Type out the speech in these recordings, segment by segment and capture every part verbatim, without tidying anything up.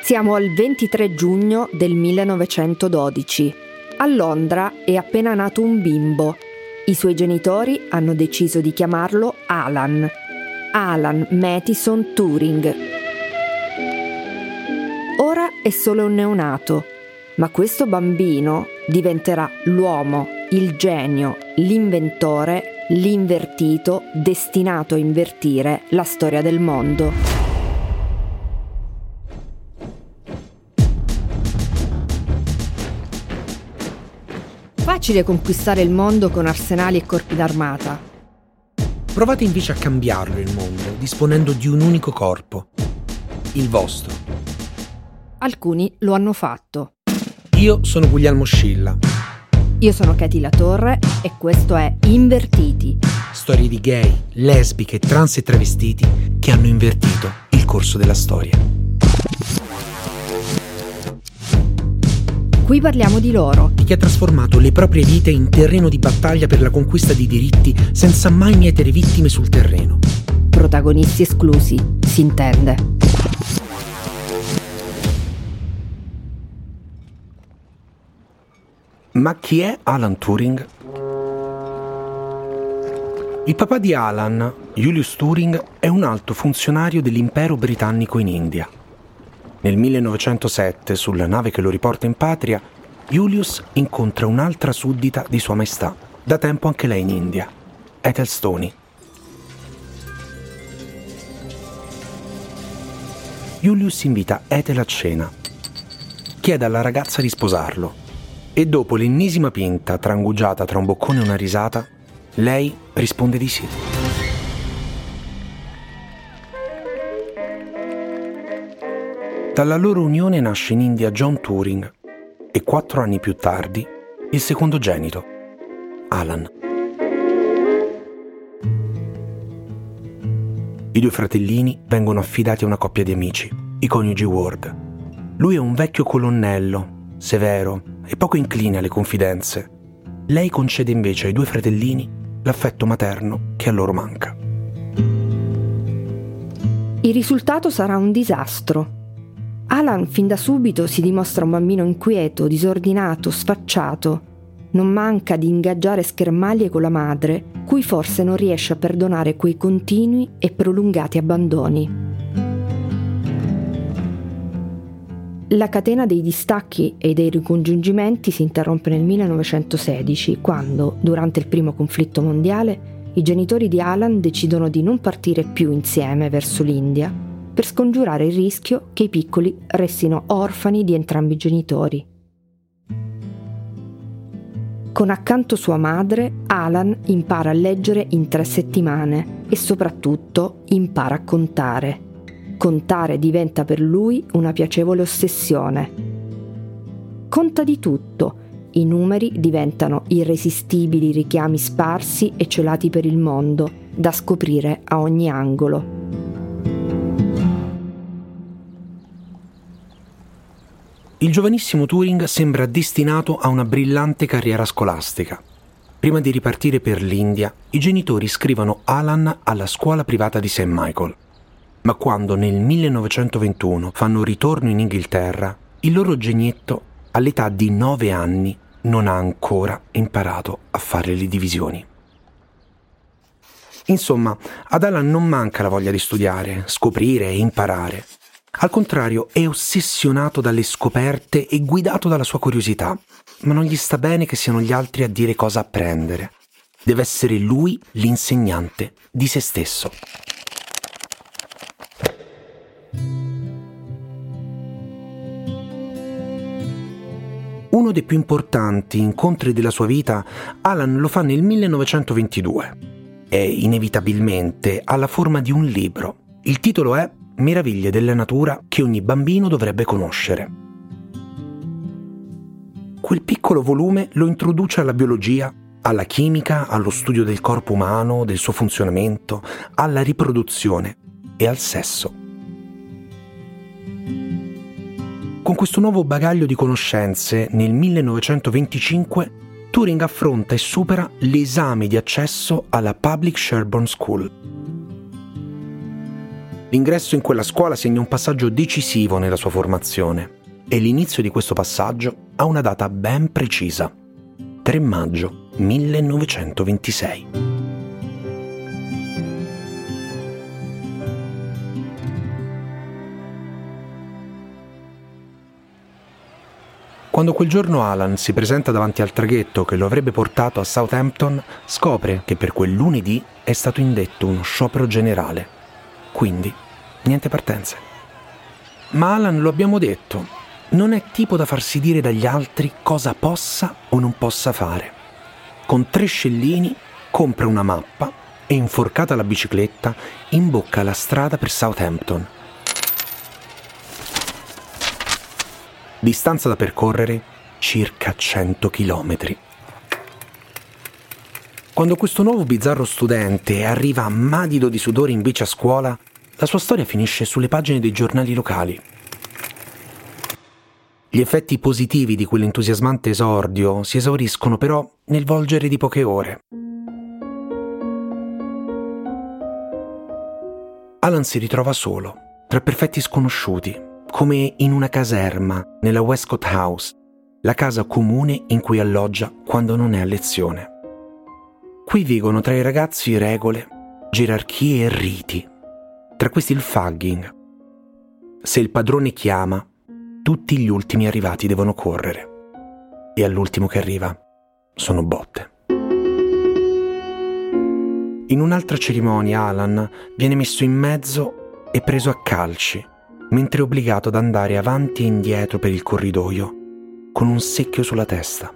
Siamo al ventitré giugno del millenovecentododici. A Londra è appena nato un bimbo. I suoi genitori hanno deciso di chiamarlo Alan. Alan Mathison Turing. Ora è solo un neonato, ma questo bambino diventerà l'uomo, il genio, l'inventore, l'invertito, destinato a invertire la storia del mondo. Facile conquistare il mondo con arsenali e corpi d'armata. Provate invece a cambiarlo il mondo, disponendo di un unico corpo, il vostro. Alcuni lo hanno fatto. Io sono Guglielmo Scilla. Io sono Katy Latorre e questo è Invertiti. Storie di gay, lesbiche, trans e travestiti che hanno invertito il corso della storia. Qui parliamo di loro. Di chi ha trasformato le proprie vite in terreno di battaglia per la conquista di diritti senza mai mietere vittime sul terreno. Protagonisti esclusi, si intende. Ma chi è Alan Turing? Il papà di Alan, Julius Turing, è un alto funzionario dell'impero britannico in India. Nel millenovecentosette, sulla nave che lo riporta in patria, Julius incontra un'altra suddita di Sua Maestà, da tempo anche lei in India, Ethel Stoney. Julius invita Ethel a cena, chiede alla ragazza di sposarlo e dopo l'ennesima pinta trangugiata tra un boccone e una risata, lei risponde di sì. Dalla loro unione nasce in India John Turing e quattro anni più tardi il secondogenito, Alan. I due fratellini vengono affidati a una coppia di amici, i coniugi Ward. Lui è un vecchio colonnello, severo e poco incline alle confidenze. Lei concede invece ai due fratellini l'affetto materno che a loro manca. Il risultato sarà un disastro. Alan fin da subito si dimostra un bambino inquieto, disordinato, sfacciato. Non manca di ingaggiare schermaglie con la madre, cui forse non riesce a perdonare quei continui e prolungati abbandoni. La catena dei distacchi e dei ricongiungimenti si interrompe nel millenovecentosedici, quando, durante il primo conflitto mondiale, i genitori di Alan decidono di non partire più insieme verso l'India, per scongiurare il rischio che i piccoli restino orfani di entrambi i genitori. Con accanto sua madre, Alan impara a leggere in tre settimane e soprattutto impara a contare. Contare diventa per lui una piacevole ossessione. Conta di tutto. I numeri diventano irresistibili richiami sparsi e celati per il mondo, da scoprire a ogni angolo. Il giovanissimo Turing sembra destinato a una brillante carriera scolastica. Prima di ripartire per l'India, i genitori iscrivono Alan alla scuola privata di Saint Michael. Ma quando nel millenovecentoventuno fanno ritorno in Inghilterra, il loro genietto, all'età di nove anni, non ha ancora imparato a fare le divisioni. Insomma, ad Alan non manca la voglia di studiare, scoprire e imparare. Al contrario, è ossessionato dalle scoperte e guidato dalla sua curiosità, ma non gli sta bene che siano gli altri a dire cosa apprendere. Deve essere lui l'insegnante di se stesso. Uno dei più importanti incontri della sua vita, Alan lo fa nel millenovecentoventidue. E inevitabilmente ha la forma di un libro. Il titolo è Meraviglie della natura che ogni bambino dovrebbe conoscere. Quel piccolo volume lo introduce alla biologia, alla chimica, allo studio del corpo umano, del suo funzionamento, alla riproduzione e al sesso. Con questo nuovo bagaglio di conoscenze, nel millenovecentoventicinque, Turing affronta e supera l'esame di accesso alla Public Sherborne School. L'ingresso in quella scuola segna un passaggio decisivo nella sua formazione e l'inizio di questo passaggio ha una data ben precisa: tre maggio millenovecentoventisei. Quando quel giorno Alan si presenta davanti al traghetto che lo avrebbe portato a Southampton, scopre che per quel lunedì è stato indetto uno sciopero generale. Quindi, niente partenze. Ma Alan, lo abbiamo detto, non è tipo da farsi dire dagli altri cosa possa o non possa fare. Con tre scellini compra una mappa e, inforcata la bicicletta, imbocca la strada per Southampton. Distanza da percorrere circa cento chilometri. Quando questo nuovo bizzarro studente arriva madido di sudore in bici a scuola, la sua storia finisce sulle pagine dei giornali locali. Gli effetti positivi di quell'entusiasmante esordio si esauriscono però nel volgere di poche ore. Alan si ritrova solo, tra perfetti sconosciuti, come in una caserma nella Westcott House, la casa comune in cui alloggia quando non è a lezione. Qui vigono tra i ragazzi regole, gerarchie e riti. Tra questi il fagging. Se il padrone chiama, tutti gli ultimi arrivati devono correre. E all'ultimo che arriva sono botte. In un'altra cerimonia Alan viene messo in mezzo e preso a calci, mentre è obbligato ad andare avanti e indietro per il corridoio, con un secchio sulla testa.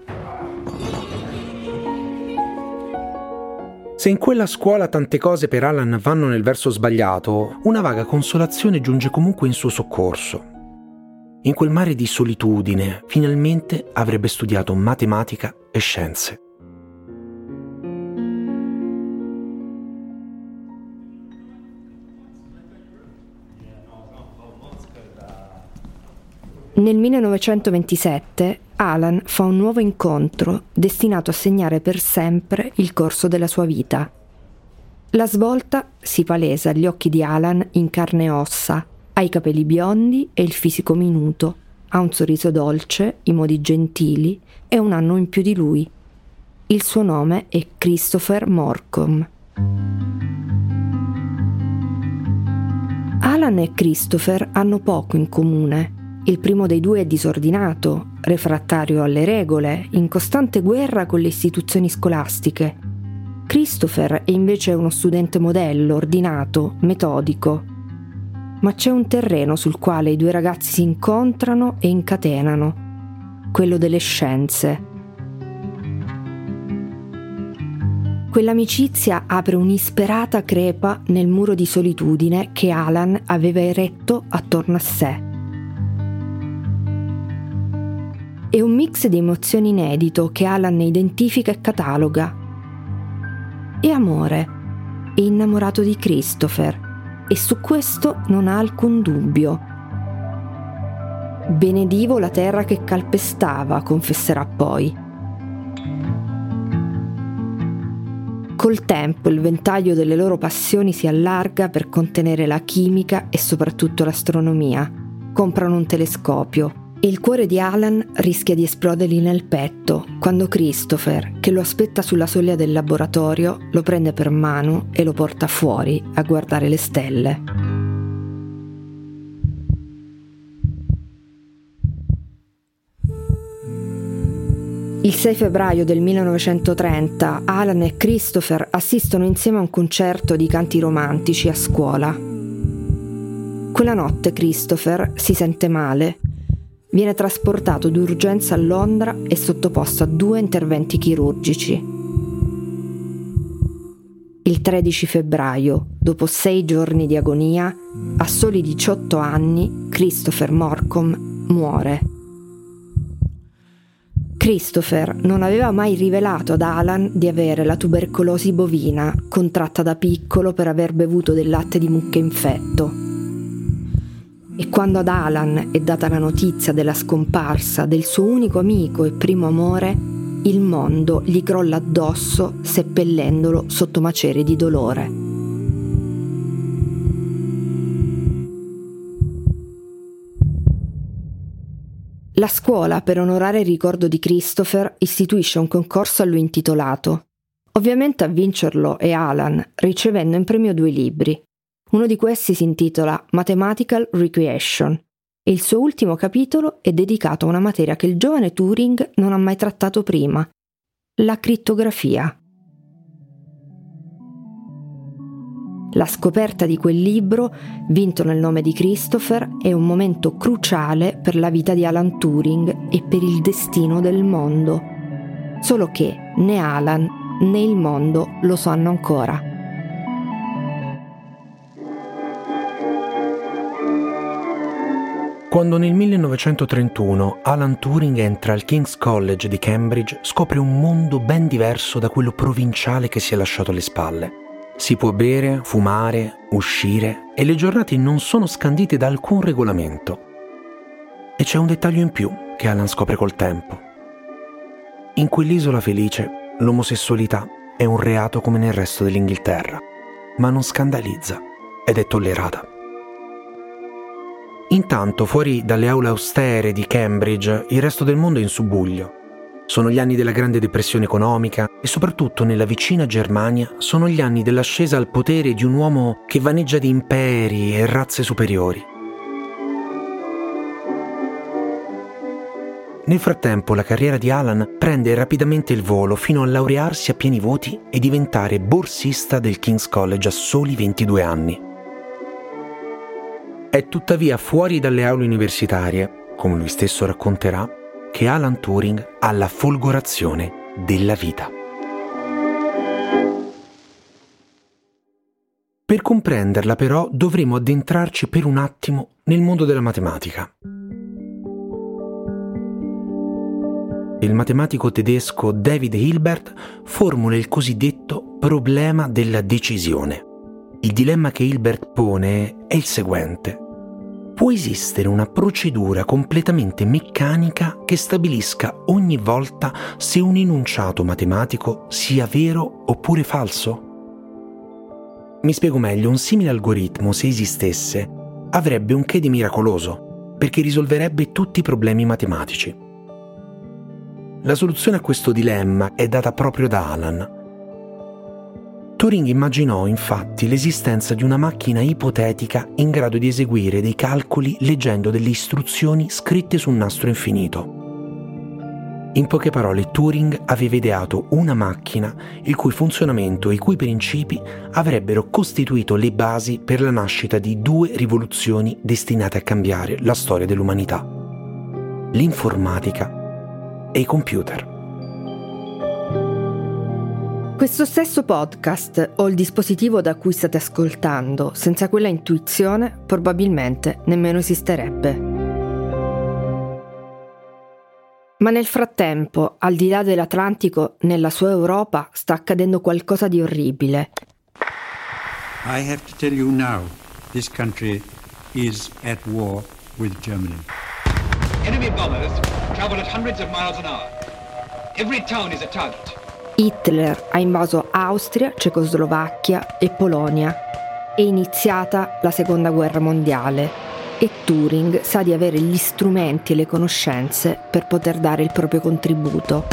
Se in quella scuola tante cose per Alan vanno nel verso sbagliato, una vaga consolazione giunge comunque in suo soccorso. In quel mare di solitudine, finalmente avrebbe studiato matematica e scienze. Nel millenovecentoventisette Alan fa un nuovo incontro destinato a segnare per sempre il corso della sua vita. La svolta si palesa agli occhi di Alan in carne e ossa, ha i capelli biondi e il fisico minuto, ha un sorriso dolce, i modi gentili e un anno in più di lui. Il suo nome è Christopher Morcom. Alan e Christopher hanno poco in comune. Il primo dei due è disordinato, refrattario alle regole, in costante guerra con le istituzioni scolastiche. Christopher è invece uno studente modello, ordinato, metodico. Ma c'è un terreno sul quale i due ragazzi si incontrano e incatenano, quello delle scienze. Quell'amicizia apre un'isperata crepa nel muro di solitudine che Alan aveva eretto attorno a sé. È un mix di emozioni inedito che Alan ne identifica e cataloga. È amore, è innamorato di Christopher e su questo non ha alcun dubbio. Benedivo la terra che calpestava, confesserà poi. Col tempo il ventaglio delle loro passioni si allarga per contenere la chimica e soprattutto l'astronomia. Comprano un telescopio e il cuore di Alan rischia di esplodergli nel petto quando Christopher, che lo aspetta sulla soglia del laboratorio, lo prende per mano e lo porta fuori a guardare le stelle. Il sei febbraio del millenovecentotrenta Alan e Christopher assistono insieme a un concerto di canti romantici a scuola. Quella notte Christopher si sente male. Viene trasportato d'urgenza a Londra e sottoposto a due interventi chirurgici. Il tredici febbraio, dopo sei giorni di agonia, a soli diciotto anni, Christopher Morcom muore. Christopher non aveva mai rivelato ad Alan di avere la tubercolosi bovina, contratta da piccolo per aver bevuto del latte di mucche infetto. E quando ad Alan è data la notizia della scomparsa del suo unico amico e primo amore, il mondo gli crolla addosso seppellendolo sotto macerie di dolore. La scuola, per onorare il ricordo di Christopher, istituisce un concorso a lui intitolato. Ovviamente a vincerlo è Alan, ricevendo in premio due libri. Uno di questi si intitola Mathematical Recreation e il suo ultimo capitolo è dedicato a una materia che il giovane Turing non ha mai trattato prima, la crittografia. La scoperta di quel libro, vinto nel nome di Christopher, è un momento cruciale per la vita di Alan Turing e per il destino del mondo. Solo che né Alan né il mondo lo sanno ancora. Quando nel millenovecentotrentuno Alan Turing entra al King's College di Cambridge, scopre un mondo ben diverso da quello provinciale che si è lasciato alle spalle. Si può bere, fumare, uscire e le giornate non sono scandite da alcun regolamento. E c'è un dettaglio in più che Alan scopre col tempo. In quell'isola felice l'omosessualità è un reato come nel resto dell'Inghilterra, ma non scandalizza ed è tollerata. Intanto, fuori dalle aule austere di Cambridge, il resto del mondo è in subbuglio. Sono gli anni della Grande Depressione economica e soprattutto nella vicina Germania sono gli anni dell'ascesa al potere di un uomo che vaneggia di imperi e razze superiori. Nel frattempo la carriera di Alan prende rapidamente il volo fino a laurearsi a pieni voti e diventare borsista del King's College a soli ventidue anni. È tuttavia fuori dalle aule universitarie, come lui stesso racconterà, che Alan Turing ha la folgorazione della vita. Per comprenderla però dovremo addentrarci per un attimo nel mondo della matematica. Il matematico tedesco David Hilbert formula il cosiddetto problema della decisione. Il dilemma che Hilbert pone è il seguente. Può esistere una procedura completamente meccanica che stabilisca ogni volta se un enunciato matematico sia vero oppure falso? Mi spiego meglio, un simile algoritmo, se esistesse, avrebbe un che di miracoloso, perché risolverebbe tutti i problemi matematici. La soluzione a questo dilemma è data proprio da Alan. Turing immaginò infatti l'esistenza di una macchina ipotetica in grado di eseguire dei calcoli leggendo delle istruzioni scritte su un nastro infinito. In poche parole, Turing aveva ideato una macchina il cui funzionamento e i cui principi avrebbero costituito le basi per la nascita di due rivoluzioni destinate a cambiare la storia dell'umanità: l'informatica e i computer. Questo stesso podcast o il dispositivo da cui state ascoltando, senza quella intuizione, probabilmente nemmeno esisterebbe. Ma nel frattempo, al di là dell'Atlantico, nella sua Europa, sta accadendo qualcosa di orribile. I have to tell you now, this country is at war with Germany. Enemy bombers travel at hundreds of miles an hour. Every town is a target. Hitler ha invaso Austria, Cecoslovacchia e Polonia. È iniziata la Seconda Guerra Mondiale e Turing sa di avere gli strumenti e le conoscenze per poter dare il proprio contributo.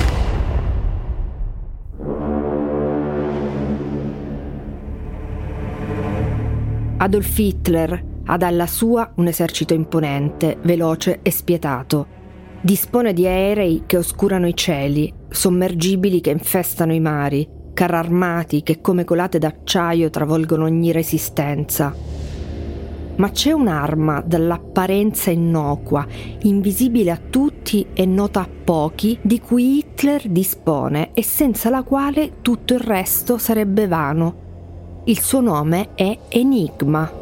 Adolf Hitler ha dalla sua un esercito imponente, veloce e spietato. Dispone di aerei che oscurano i cieli, sommergibili che infestano i mari, carri armati che come colate d'acciaio travolgono ogni resistenza. Ma c'è un'arma dall'apparenza innocua, invisibile a tutti e nota a pochi, di cui Hitler dispone e senza la quale tutto il resto sarebbe vano. Il suo nome è Enigma.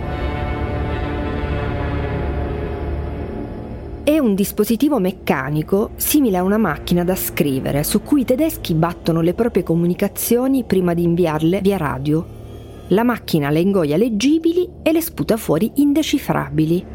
È un dispositivo meccanico simile a una macchina da scrivere su cui i tedeschi battono le proprie comunicazioni prima di inviarle via radio. La macchina le ingoia leggibili e le sputa fuori indecifrabili.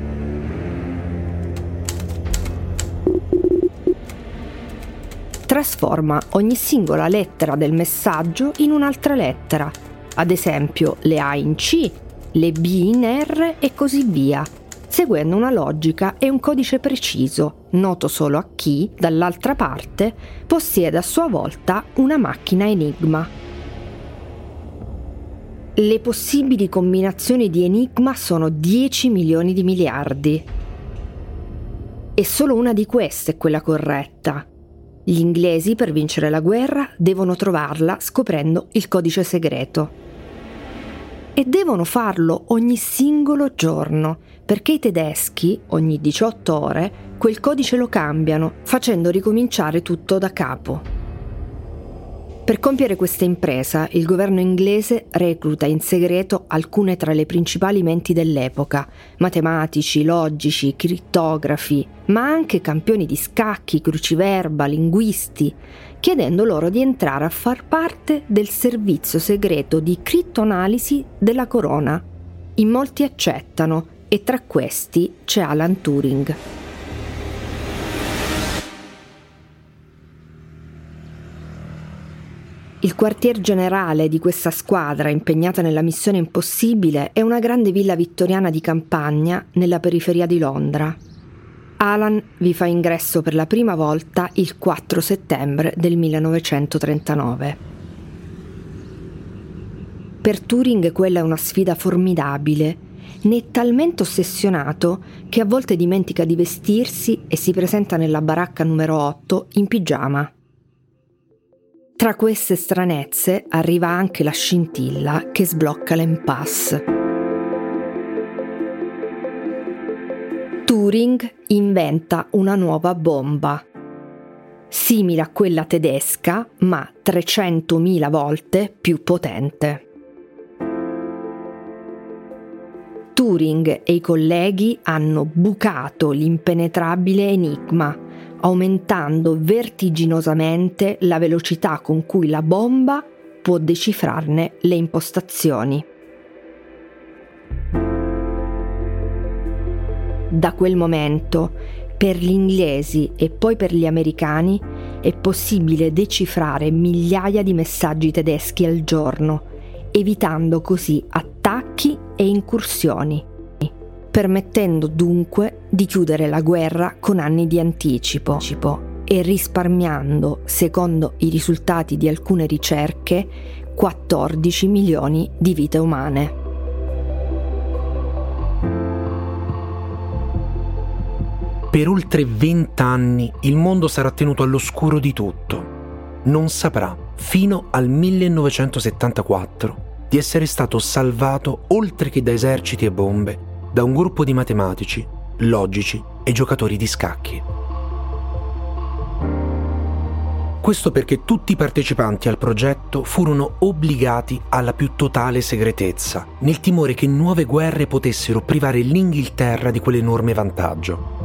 Trasforma ogni singola lettera del messaggio in un'altra lettera, ad esempio le A in C, le B in R e così via, seguendo una logica e un codice preciso, noto solo a chi, dall'altra parte, possiede a sua volta una macchina Enigma. Le possibili combinazioni di Enigma sono dieci milioni di miliardi. E solo una di queste è quella corretta. Gli inglesi, per vincere la guerra, devono trovarla scoprendo il codice segreto. E devono farlo ogni singolo giorno, perché i tedeschi, ogni diciotto ore, quel codice lo cambiano, facendo ricominciare tutto da capo. Per compiere questa impresa, il governo inglese recluta in segreto alcune tra le principali menti dell'epoca, matematici, logici, crittografi, ma anche campioni di scacchi, cruciverba, linguisti, chiedendo loro di entrare a far parte del servizio segreto di crittoanalisi della corona. In molti accettano, e tra questi c'è Alan Turing. Il quartier generale di questa squadra impegnata nella missione impossibile è una grande villa vittoriana di campagna nella periferia di Londra. Alan vi fa ingresso per la prima volta il quattro settembre del millenovecentotrentanove. Per Turing quella è una sfida formidabile. Ne è talmente ossessionato che a volte dimentica di vestirsi e si presenta nella baracca numero otto in pigiama. Tra queste stranezze arriva anche la scintilla che sblocca l'impasse. Turing inventa una nuova bomba, simile a quella tedesca, ma trecentomila volte più potente. Turing e i colleghi hanno bucato l'impenetrabile enigma, aumentando vertiginosamente la velocità con cui la bomba può decifrarne le impostazioni. Da quel momento, per gli inglesi e poi per gli americani, è possibile decifrare migliaia di messaggi tedeschi al giorno, evitando così attacchi e incursioni, permettendo dunque di chiudere la guerra con anni di anticipo e risparmiando, secondo i risultati di alcune ricerche, quattordici milioni di vite umane. Per oltre vent'anni il mondo sarà tenuto all'oscuro di tutto. Non saprà, fino al millenovecentosettantaquattro, di essere stato salvato, oltre che da eserciti e bombe, da un gruppo di matematici, logici e giocatori di scacchi. Questo perché tutti i partecipanti al progetto furono obbligati alla più totale segretezza, nel timore che nuove guerre potessero privare l'Inghilterra di quell'enorme vantaggio.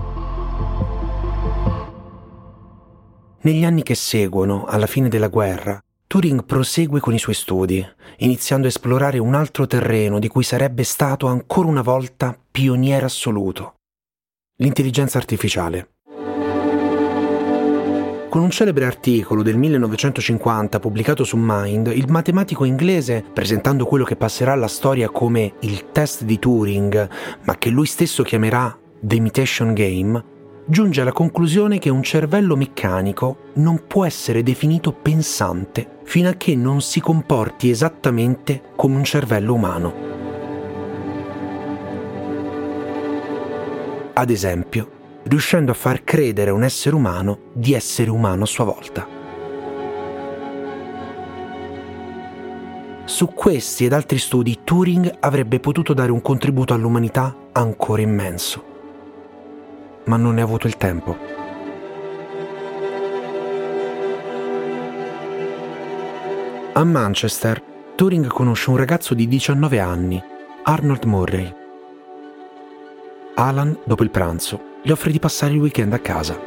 Negli anni che seguono, alla fine della guerra, Turing prosegue con i suoi studi, iniziando a esplorare un altro terreno di cui sarebbe stato ancora una volta pioniere assoluto: l'intelligenza artificiale. Con un celebre articolo del millenovecentocinquanta pubblicato su Mind, il matematico inglese, presentando quello che passerà alla storia come il test di Turing, ma che lui stesso chiamerà The Imitation Game, giunge alla conclusione che un cervello meccanico non può essere definito pensante fino a che non si comporti esattamente come un cervello umano. Ad esempio, riuscendo a far credere a un essere umano di essere umano a sua volta. Su questi ed altri studi Turing avrebbe potuto dare un contributo all'umanità ancora immenso, ma non ne ha avuto il tempo. A Manchester, Turing conosce un ragazzo di diciannove anni, Arnold Murray. Alan, dopo il pranzo, gli offre di passare il weekend a casa.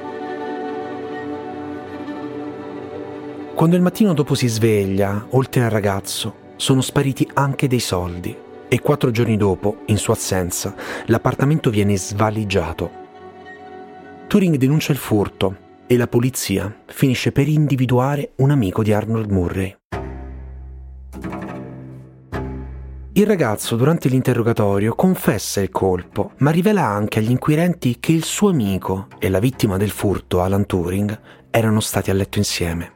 Quando il mattino dopo si sveglia, oltre al ragazzo, sono spariti anche dei soldi e quattro giorni dopo, in sua assenza, l'appartamento viene svaligiato. Turing denuncia il furto e la polizia finisce per individuare un amico di Arnold Murray. Il ragazzo durante l'interrogatorio confessa il colpo, ma rivela anche agli inquirenti che il suo amico e la vittima del furto, Alan Turing, erano stati a letto insieme.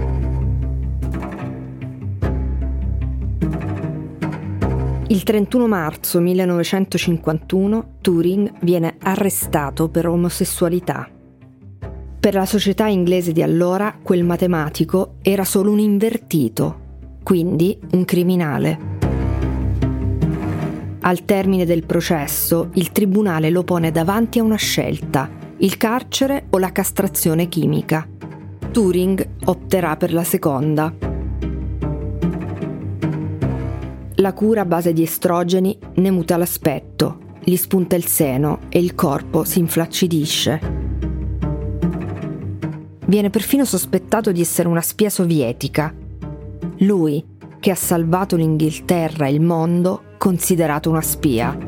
Il trentuno marzo millenovecentocinquantuno Turing viene arrestato per omosessualità. Per la società inglese di allora, quel matematico era solo un invertito, quindi un criminale. Al termine del processo, il tribunale lo pone davanti a una scelta: il carcere o la castrazione chimica. Turing opterà per la seconda. La cura a base di estrogeni ne muta l'aspetto, gli spunta il seno e il corpo si inflaccidisce. Viene perfino sospettato di essere una spia sovietica. Lui, che ha salvato l'Inghilterra e il mondo, considerato una spia.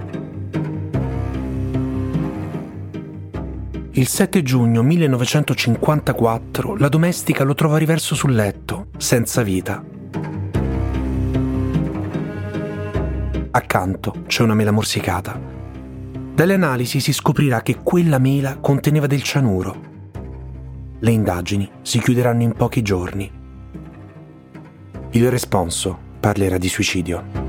Il sette giugno millenovecentocinquantaquattro la domestica lo trova riverso sul letto, senza vita. Accanto c'è una mela morsicata. Dalle analisi si scoprirà che quella mela conteneva del cianuro. Le indagini si chiuderanno in pochi giorni. Il responso parlerà di suicidio.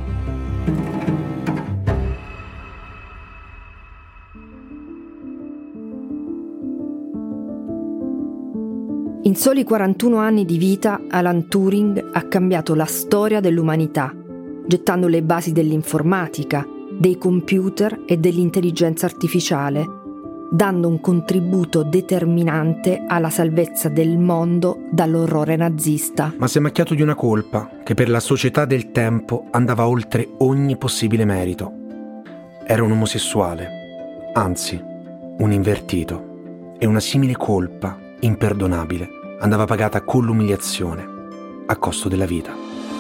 In soli quarantuno anni di vita, Alan Turing ha cambiato la storia dell'umanità, gettando le basi dell'informatica, dei computer e dell'intelligenza artificiale, dando un contributo determinante alla salvezza del mondo dall'orrore nazista. Ma si è macchiato di una colpa che per la società del tempo andava oltre ogni possibile merito. Era un omosessuale, anzi, un invertito, e una simile colpa, imperdonabile, andava pagata con l'umiliazione, a costo della vita.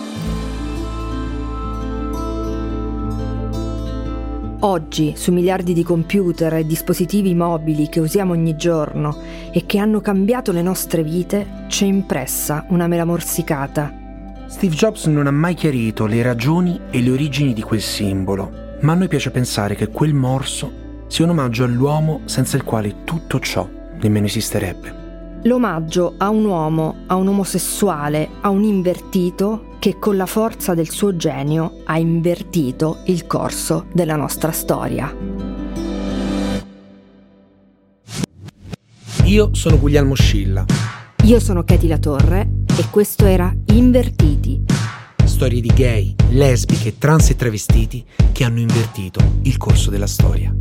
Oggi, su miliardi di computer e dispositivi mobili che usiamo ogni giorno e che hanno cambiato le nostre vite, c'è impressa una mela morsicata. Steve Jobs non ha mai chiarito le ragioni e le origini di quel simbolo, ma a noi piace pensare che quel morso sia un omaggio all'uomo senza il quale tutto ciò nemmeno esisterebbe. L'omaggio a un uomo, a un omosessuale, a un invertito che con la forza del suo genio ha invertito il corso della nostra storia. Io sono Guglielmo Scilla. Io sono Katie Latorre e questo era Invertiti. Storie di gay, lesbiche, trans e travestiti che hanno invertito il corso della storia.